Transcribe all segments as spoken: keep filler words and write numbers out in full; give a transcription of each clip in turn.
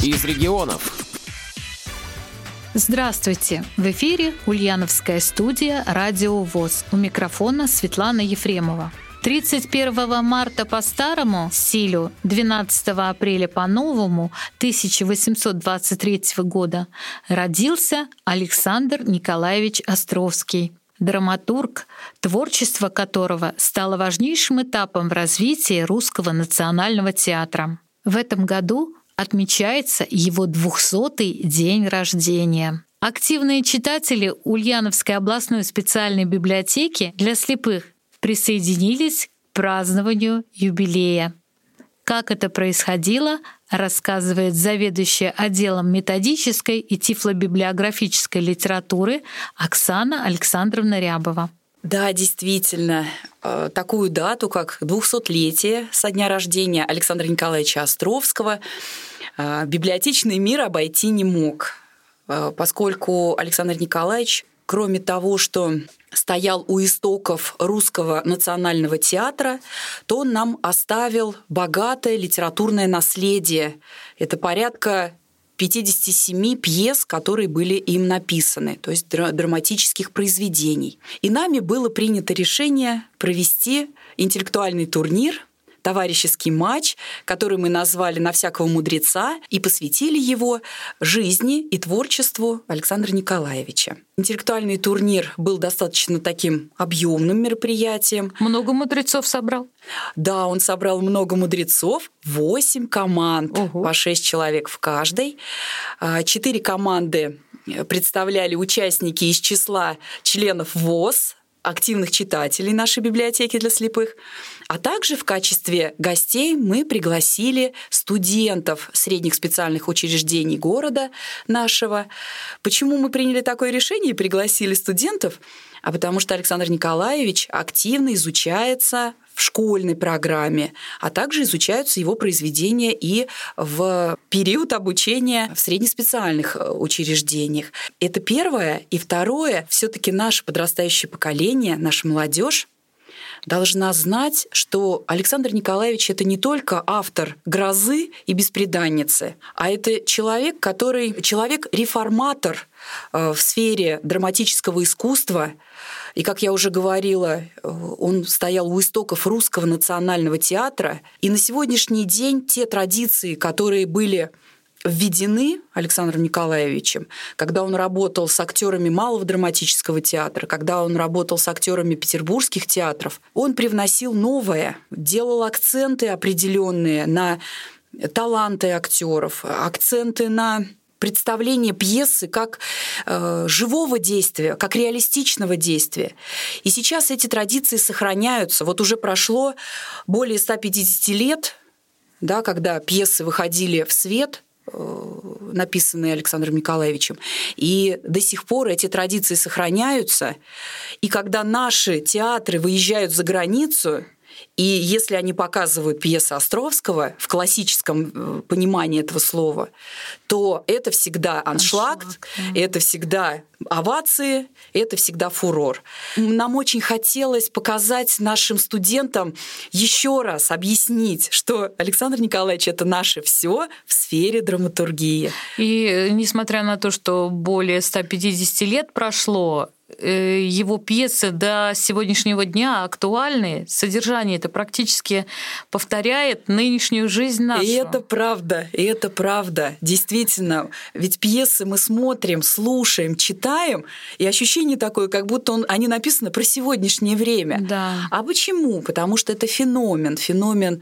из регионов. Здравствуйте! В эфире Ульяновская студия «Радио ВОС». У микрофона Светлана Ефремова. тридцать первого марта по старому стилю, двенадцатого апреля по новому тысяча восемьсот двадцать третьего года родился Александр Николаевич Островский, драматург, творчество которого стало важнейшим этапом в развитии русского национального театра. В этом году отмечается его двухсотый день рождения. Активные читатели Ульяновской областной специальной библиотеки для слепых присоединились к празднованию юбилея. Как это происходило, рассказывает заведующая отделом методической и тифлобиблиографической литературы Оксана Александровна Рябова. Да, действительно, такую дату, как двухсотлетие со дня рождения Александра Николаевича Островского, библиотечный мир обойти не мог, поскольку Александр Николаевич, кроме того, что стоял у истоков русского национального театра, то он нам оставил богатое литературное наследие. Это порядка пятьдесят семь пьес, которые были им написаны, то есть драматических произведений. И нами было принято решение провести интеллектуальный турнир, товарищеский матч, который мы назвали «На всякого мудреца», и посвятили его жизни и творчеству Александра Николаевича. Интеллектуальный турнир был достаточно таким объемным мероприятием. Много мудрецов собрал? Да, он собрал много мудрецов, восемь команд, Ого. по шесть человек в каждой. Четыре команды представляли участники из числа членов ВОС, активных читателей нашей библиотеки для слепых, а также в качестве гостей мы пригласили студентов средних специальных учреждений города нашего. Почему мы приняли такое решение и пригласили студентов? А потому что Александр Николаевич активно изучается в школьной программе, а также изучаются его произведения и в период обучения в среднеспециальных учреждениях. Это первое. И второе, все-таки наше подрастающее поколение, наша молодежь должна знать, что Александр Николаевич — это не только автор «Грозы» и «Бесприданницы», а это человек, который человек-реформатор в сфере драматического искусства. И, как я уже говорила, он стоял у истоков русского национального театра. И на сегодняшний день те традиции, которые были введены Александром Николаевичем, когда он работал с актерами Малого драматического театра, когда он работал с актерами петербургских театров, он привносил новое, делал акценты определенные на таланты актеров, акценты на представление пьесы как э, живого действия, как реалистичного действия. И сейчас эти традиции сохраняются. Вот уже прошло более ста пятидесяти лет, да, когда пьесы выходили в свет, написанные Александром Николаевичем. И до сих пор эти традиции сохраняются. И когда наши театры выезжают за границу, и если они показывают пьесы Островского в классическом понимании этого слова, то это всегда аншлаг, аншлаг да. Это всегда овации, это всегда фурор. Нам очень хотелось показать нашим студентам еще раз, объяснить, что Александр Николаевич — это наше все в сфере драматургии. И несмотря на то, что более ста пятидесяти лет прошло, его пьесы до сегодняшнего дня актуальны, содержание это практически повторяет нынешнюю жизнь нашу. И это правда, и это правда. Действительно, ведь пьесы мы смотрим, слушаем, читаем, и ощущение такое, как будто он, они написаны про сегодняшнее время. Да. А почему? Потому что это феномен, феномен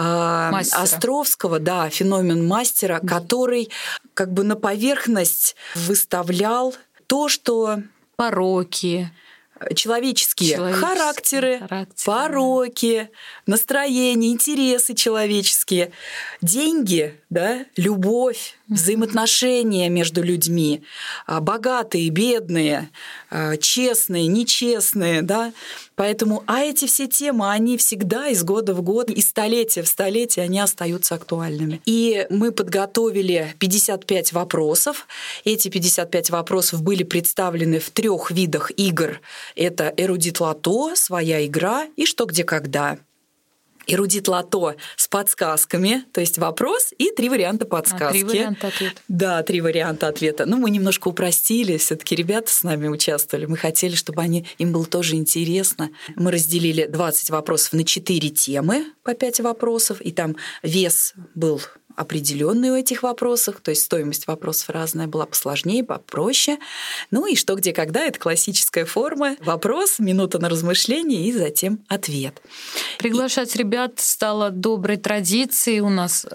э, Островского, да, феномен мастера, да. Который как бы на поверхность выставлял то, что пороки, человеческие, человеческие характеры, характеры, пороки, настроения, интересы человеческие, деньги, да, любовь, взаимоотношения между людьми, богатые, бедные, честные, нечестные, да. Поэтому, а эти все темы, они всегда из года в год, из столетия в столетие они остаются актуальными. И мы подготовили пятьдесят пять вопросов. Эти пятьдесят пять вопросов были представлены в трех видах игр. Это эрудит лото, своя игра и что, где, когда. Эрудит лото с подсказками, то есть вопрос и три варианта подсказки. А, три варианта ответа. Да, три варианта ответа. Ну, мы немножко упростили, все-таки ребята с нами участвовали. Мы хотели, чтобы они, им было тоже интересно. Мы разделили двадцать вопросов на четыре темы по пять вопросов, и там вес был определенный у этих вопросов, то есть стоимость вопросов разная была, посложнее, попроще. Ну и что, где, когда — это классическая форма. Вопрос, минута на размышление и затем ответ. Приглашать и... ребят стало доброй традицией у нас,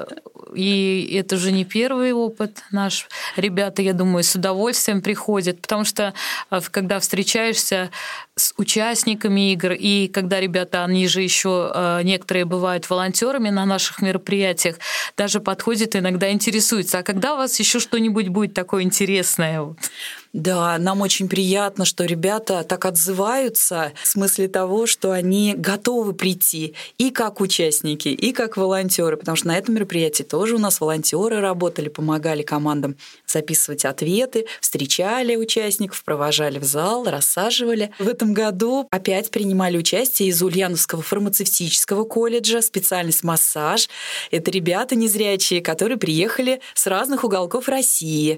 и это же не первый опыт наш. Ребята, я думаю, с удовольствием приходят, потому что когда встречаешься с участниками игр, и когда ребята, они же еще некоторые бывают волонтерами на наших мероприятиях, даже подходит, иногда интересуется, а когда у вас еще что-нибудь будет такое интересное? Да, нам очень приятно, что ребята так отзываются в смысле того, что они готовы прийти и как участники, и как волонтеры, потому что на этом мероприятии тоже у нас волонтеры работали, помогали командам записывать ответы, встречали участников, провожали в зал, рассаживали. В этом году опять принимали участие из Ульяновского фармацевтического колледжа, специальность массаж. Это ребята незрячие, которые приехали с разных уголков России.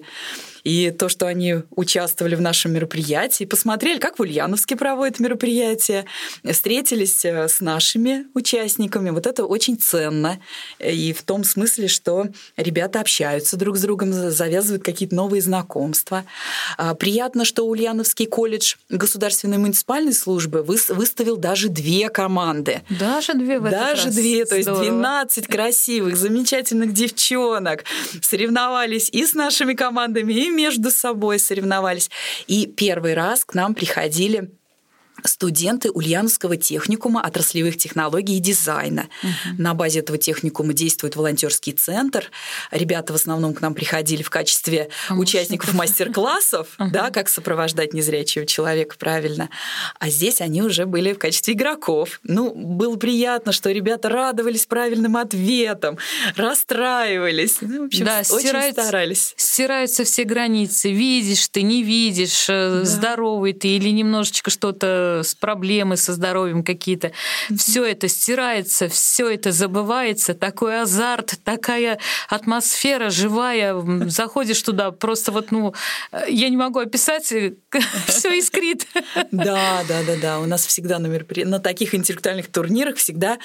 И то, что они участвовали в нашем мероприятии, посмотрели, как в Ульяновске проводят мероприятия, встретились с нашими участниками. Вот это очень ценно. И в том смысле, что ребята общаются друг с другом, завязывают какие-то новые знакомства. Приятно, что Ульяновский колледж государственной муниципальной службы выставил даже две команды. Даже две в этот Даже раз. две, то есть Здорово. двенадцать красивых, замечательных девчонок соревновались и с нашими командами, и между собой соревновались. И первый раз к нам приходили студенты Ульяновского техникума отраслевых технологий и дизайна. Uh-huh. На базе этого техникума действует волонтерский центр. Ребята в основном к нам приходили в качестве Помощников. участников мастер-классов, uh-huh. да, как сопровождать незрячего человека правильно. А здесь они уже были в качестве игроков. Ну, было приятно, что ребята радовались правильным ответам, расстраивались. Ну, в общем, да, очень старались. Стираются все границы. Видишь ты, не видишь, да. здоровый ты или немножечко что-то с проблемы со здоровьем какие-то. Mm-hmm. Все это стирается, все это забывается. Такой азарт, такая атмосфера живая. Заходишь туда, просто вот, ну, я не могу описать, все искрит. Да, да, да, да. У нас всегда на, меропри... на таких интеллектуальных турнирах всегда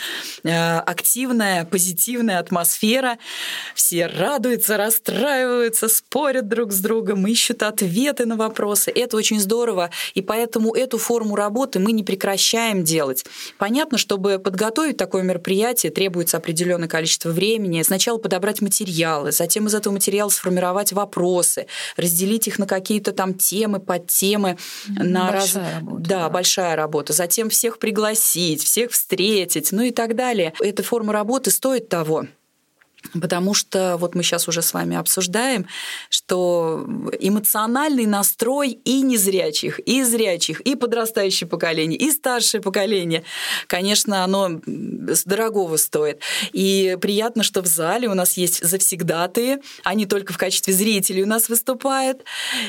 активная, позитивная атмосфера. Все радуются, расстраиваются, спорят друг с другом, ищут ответы на вопросы. Это очень здорово. И поэтому эту форму работы мы не прекращаем делать. Понятно, чтобы подготовить такое мероприятие, требуется определенное количество времени. Сначала подобрать материалы, затем из этого материала сформировать вопросы, разделить их на какие-то там темы, подтемы. На большая раз... работа. Да, да, большая работа. Затем всех пригласить, всех встретить, ну и так далее. Эта форма работы стоит того. Потому что вот мы сейчас уже с вами обсуждаем, что эмоциональный настрой и незрячих, и зрячих, и подрастающее поколение, и старшее поколение, конечно, оно дорогого стоит. И приятно, что в зале у нас есть завсегдатые, они только в качестве зрителей у нас выступают,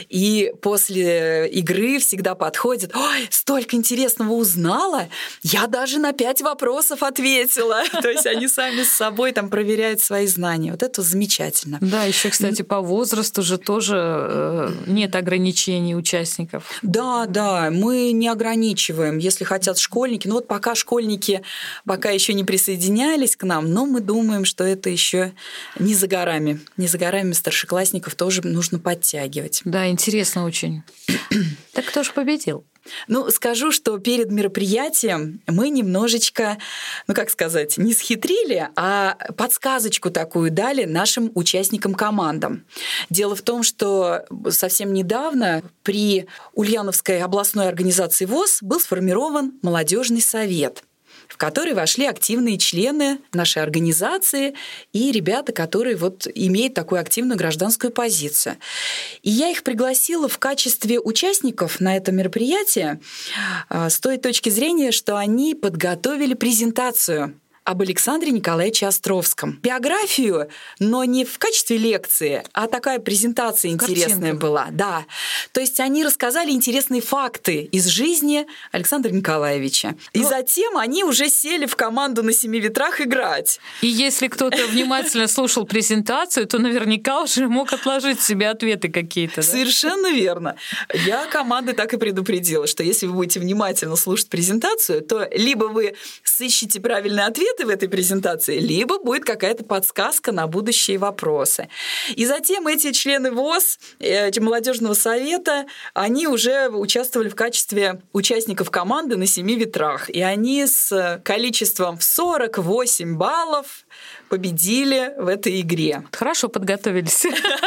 и после игры всегда подходят: «Ой, столько интересного узнала, я даже на пять вопросов ответила». То есть они сами с собой там проверяют свои знания. Вот это замечательно. Да, еще, кстати, по возрасту же тоже нет ограничений участников. Да, да, мы не ограничиваем, если хотят школьники. Ну вот пока школьники пока еще не присоединялись к нам, но мы думаем, что это еще не за горами. Не за горами старшеклассников тоже нужно подтягивать. Да, интересно очень. Так кто же победил? Ну, скажу, что перед мероприятием мы немножечко, ну, как сказать, не схитрили, а подсказочку такую дали нашим участникам-командам. Дело в том, что совсем недавно при Ульяновской областной организации ВОС был сформирован молодежный совет, в который вошли активные члены нашей организации и ребята, которые вот имеют такую активную гражданскую позицию. И я их пригласила в качестве участников на это мероприятие с той точки зрения, что они подготовили презентацию об Александре Николаевиче Островском. Биографию, но не в качестве лекции, а такая презентация интересная была. Да. То есть они рассказали интересные факты из жизни Александра Николаевича. И но... затем они уже сели в команду «На семи ветрах» играть. И если кто-то внимательно слушал презентацию, то наверняка уже мог отложить себе ответы какие-то. Да? Совершенно верно. Я команды так и предупредила, что если вы будете внимательно слушать презентацию, то либо вы сыщете правильный ответ в этой презентации, либо будет какая-то подсказка на будущие вопросы. И затем эти члены ВОС, молодежного совета, они уже участвовали в качестве участников команды «На семи ветрах». И они с количеством в сорок восемь баллов победили в этой игре. Хорошо подготовились.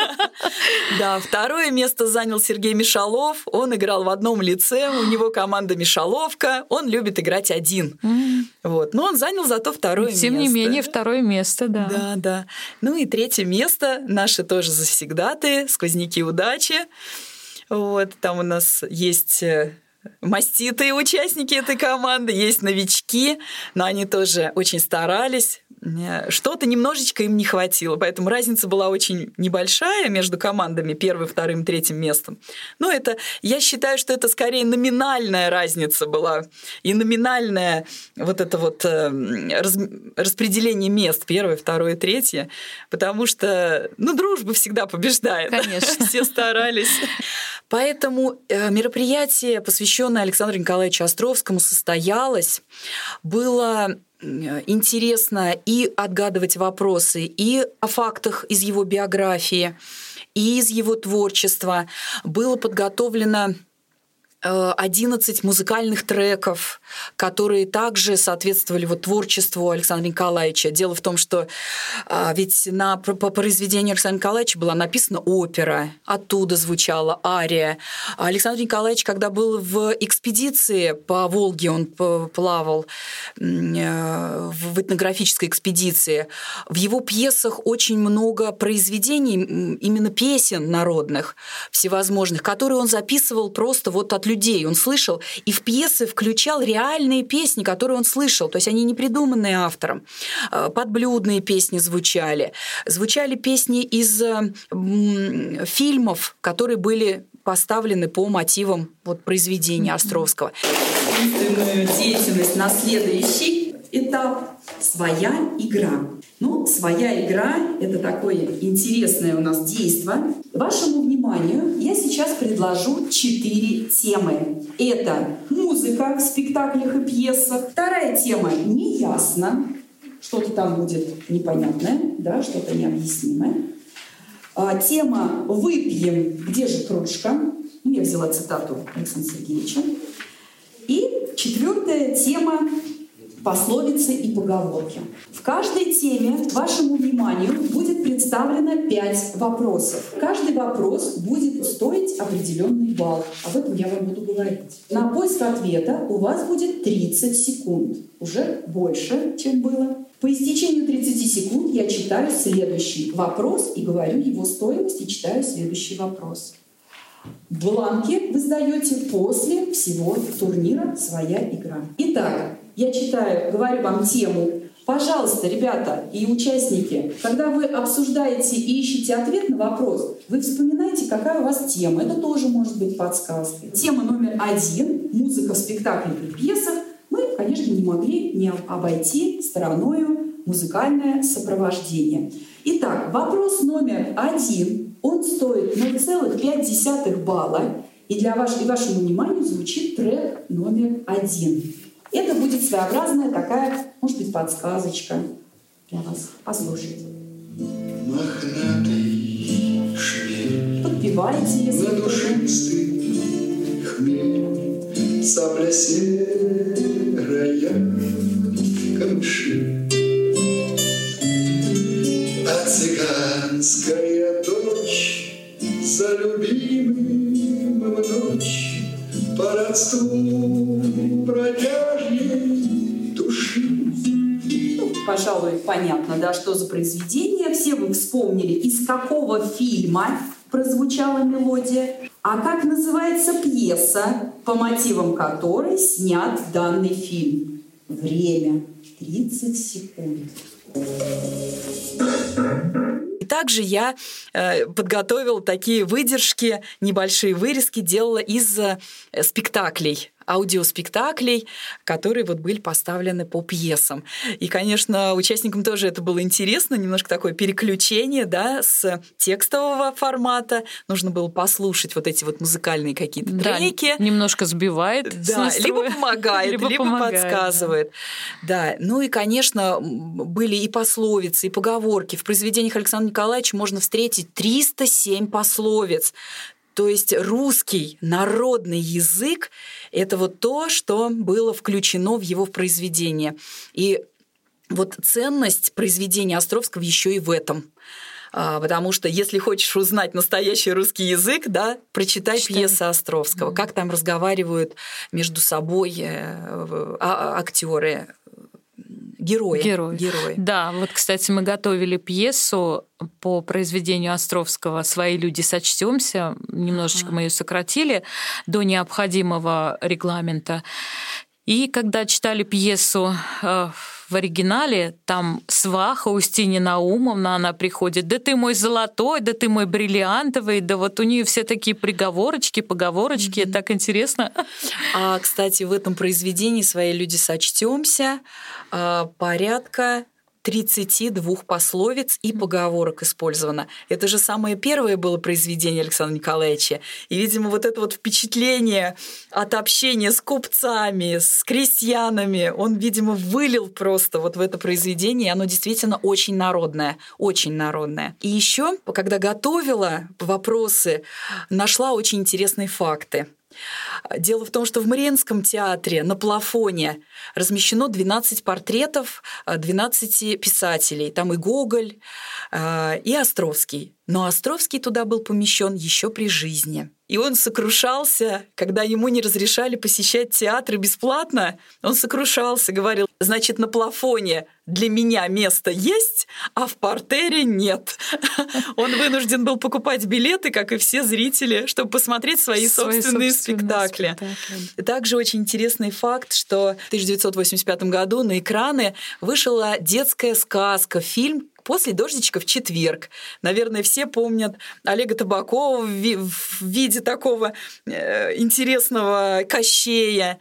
Да, второе место занял Сергей Мишалов. Он играл в одном лице, у него команда Мишаловка. Он любит играть один. Mm. Вот. Но он занял зато второе место. Тем не менее, второе место, да. Да, да. Ну и третье место наши тоже завсегдатые, сквозняки удачи. Вот. Там у нас есть маститые участники этой команды, есть новички, но они тоже очень старались. Что-то немножечко им не хватило, поэтому разница была очень небольшая между командами первым, вторым, третьим местом. Но это, я считаю, что это скорее номинальная разница была и номинальное вот это вот раз, распределение мест первое, второе, третье, потому что, ну, дружба всегда побеждает. Конечно. Все старались. Поэтому мероприятие, посвященное Александру Николаевичу Островскому, состоялось. Было интересно и отгадывать вопросы, и о фактах из его биографии, и из его творчества. Было подготовлено одиннадцать музыкальных треков, которые также соответствовали вот творчеству Александра Николаевича. Дело в том, что а, ведь на, по, по произведению Александра Николаевича была написана опера, оттуда звучала ария. Александр Николаевич, когда был в экспедиции по Волге, он плавал в этнографической экспедиции, в его пьесах очень много произведений, именно песен народных, всевозможных, которые он записывал просто вот от людей. людей он слышал, и в пьесы включал реальные песни, которые он слышал. То есть они не придуманные автором. Подблюдные песни звучали. Звучали песни из фильмов, которые были поставлены по мотивам вот, произведения Островского. Единственную деятельность на следующий этап – своя игра. Ну, своя игра – это такое интересное у нас действо. Вашему вниманию я сейчас предложу четыре темы. Это музыка в спектаклях и пьесах. Вторая тема – неясно. Что-то там будет непонятное, да, что-то необъяснимое. А, тема «Выпьем, где же кружка?» Ну, я взяла цитату Александра Сергеевича. И четвертая тема пословицы и поговорки. В каждой теме вашему вниманию будет представлено пять вопросов. Каждый вопрос будет стоить определенный балл. Об этом я вам буду говорить. На поиск ответа у вас будет тридцать секунд. Уже больше, чем было. По истечению тридцати секунд я читаю следующий вопрос и говорю его стоимость, и читаю следующий вопрос. Бланки вы сдаете после всего турнира «Своя игра». Итак, я читаю, говорю вам тему. Пожалуйста, ребята и участники, когда вы обсуждаете и ищете ответ на вопрос, вы вспоминаете, какая у вас тема. Это тоже может быть подсказкой. Тема номер один – музыка в спектаклях и пьесах. Мы, конечно, не могли не обойти стороною музыкальное сопровождение. Итак, вопрос номер один. Он стоит ноль целых пять десятых балла. И для ваш, и вашему вниманию звучит трек номер один. Это будет своеобразная такая, может быть, подсказочка для вас. Послушайте. Мохнатый шмель. Подпевайте, если на душистый хмель. Сабля серая камыши. А цыганская дочь за любимым в ночь по родству бродяжьей души. Ну, пожалуй, понятно, да, что за произведение. Все вы вспомнили, из какого фильма прозвучала мелодия, а как называется пьеса, по мотивам которой снят данный фильм. Время тридцать секунд. И также я э, подготовила такие выдержки, небольшие вырезки, делала из э, спектаклей, аудиоспектаклей, которые вот были поставлены по пьесам. И, конечно, участникам тоже это было интересно, немножко такое переключение, да, с текстового формата. Нужно было послушать вот эти вот музыкальные какие-то да, треки. Немножко сбивает. Да, либо помогает, либо, либо помогает, подсказывает. Да. да. Ну и, конечно, были и пословицы, и поговорки. В произведениях Александра Николаевича можно встретить триста семь пословиц. То есть русский народный язык – это вот то, что было включено в его произведение. И вот ценность произведения Островского еще и в этом. Потому что если хочешь узнать настоящий русский язык, да, прочитай Читай. пьесы Островского, mm-hmm. как там разговаривают между собой актеры. Герои. Герои. Герои. Да, вот, кстати, мы готовили пьесу по произведению Островского «Свои люди, сочтёмся». Немножечко ага. мы ее сократили до необходимого регламента. И когда читали пьесу в оригинале, там сваха Устинья Наумовна, она приходит: «Да ты мой золотой, да ты мой бриллиантовый», да вот у нее все такие приговорочки, поговорочки, mm-hmm. так интересно. А, кстати, в этом произведении «Свои люди, сочтёмся» порядка тридцати двух пословиц и поговорок использовано. Это же самое первое было произведение Александра Николаевича. И, видимо, вот это вот впечатление от общения с купцами, с крестьянами, он, видимо, вылил просто вот в это произведение, и оно действительно очень народное, очень народное. И еще, когда готовила вопросы, нашла очень интересные факты. Дело в том, что в Мариинском театре на плафоне размещено двенадцать портретов двенадцати писателей. Там и Гоголь, и Островский. Но Островский туда был помещен еще при жизни. И он сокрушался, когда ему не разрешали посещать театры бесплатно. Он сокрушался, говорил: значит, на плафоне для меня место есть, а в партере нет. Он вынужден был покупать билеты, как и все зрители, чтобы посмотреть свои, свои собственные, собственные спектакли. спектакли. Также очень интересный факт, что в тысяча девятьсот восемьдесят пятом году на экраны вышла детская сказка, фильм «После дождичка в четверг». Наверное, все помнят Олега Табакова в виде такого интересного Кощея.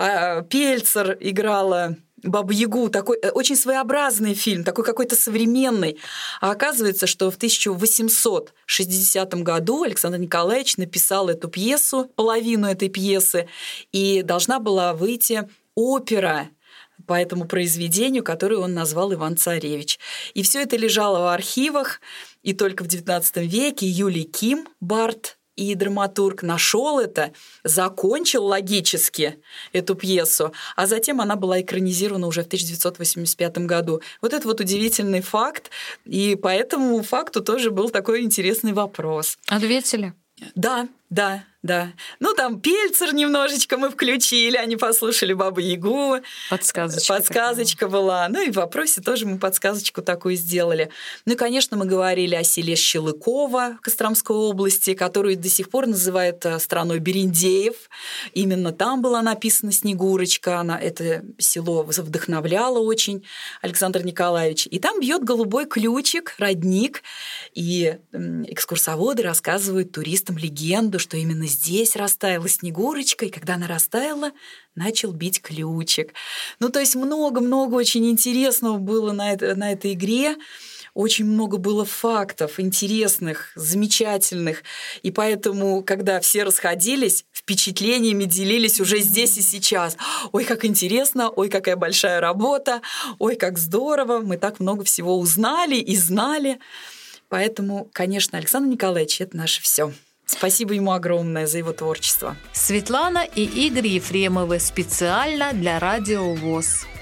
Пельцер играла Бабу-Ягу. Такой очень своеобразный фильм, такой какой-то современный. А оказывается, что в тысяча восемьсот шестидесятом году Александр Николаевич написал эту пьесу, половину этой пьесы, и должна была выйти опера по этому произведению, которое он назвал «Иван-Царевич». И все это лежало в архивах, и только в девятнадцатом веке Юлий Ким, бард и драматург, нашел это, закончил логически эту пьесу, а затем она была экранизирована уже в тысяча девятьсот восемьдесят пятом году. Вот это вот удивительный факт, и по этому факту тоже был такой интересный вопрос. Ответили? Да, да. Да. Ну, там Пельцер немножечко мы включили, они послушали Бабу-Ягу. Подсказочка. Подсказочка такая была. Ну, и в вопросе тоже мы подсказочку такую сделали. Ну, и, конечно, мы говорили о селе Щелыково Костромской области, которую до сих пор называют страной Берендеев. Именно там была написана «Снегурочка». Она, это село вдохновляло очень Александр Николаевич. И там бьет голубой ключик, родник. И экскурсоводы рассказывают туристам легенду, что именно здесь растаяла Снегурочка, и когда она растаяла, начал бить ключик. Ну, то есть много-много очень интересного было на, это, на этой игре. Очень много было фактов интересных, замечательных. И поэтому, когда все расходились, впечатлениями делились уже здесь и сейчас. Ой, как интересно, ой, какая большая работа, ой, как здорово, мы так много всего узнали и знали. Поэтому, конечно, Александр Николаевич — это наше все. Спасибо ему огромное за его творчество. Светлана и Игорь Ефремовы специально для Радио ВОС.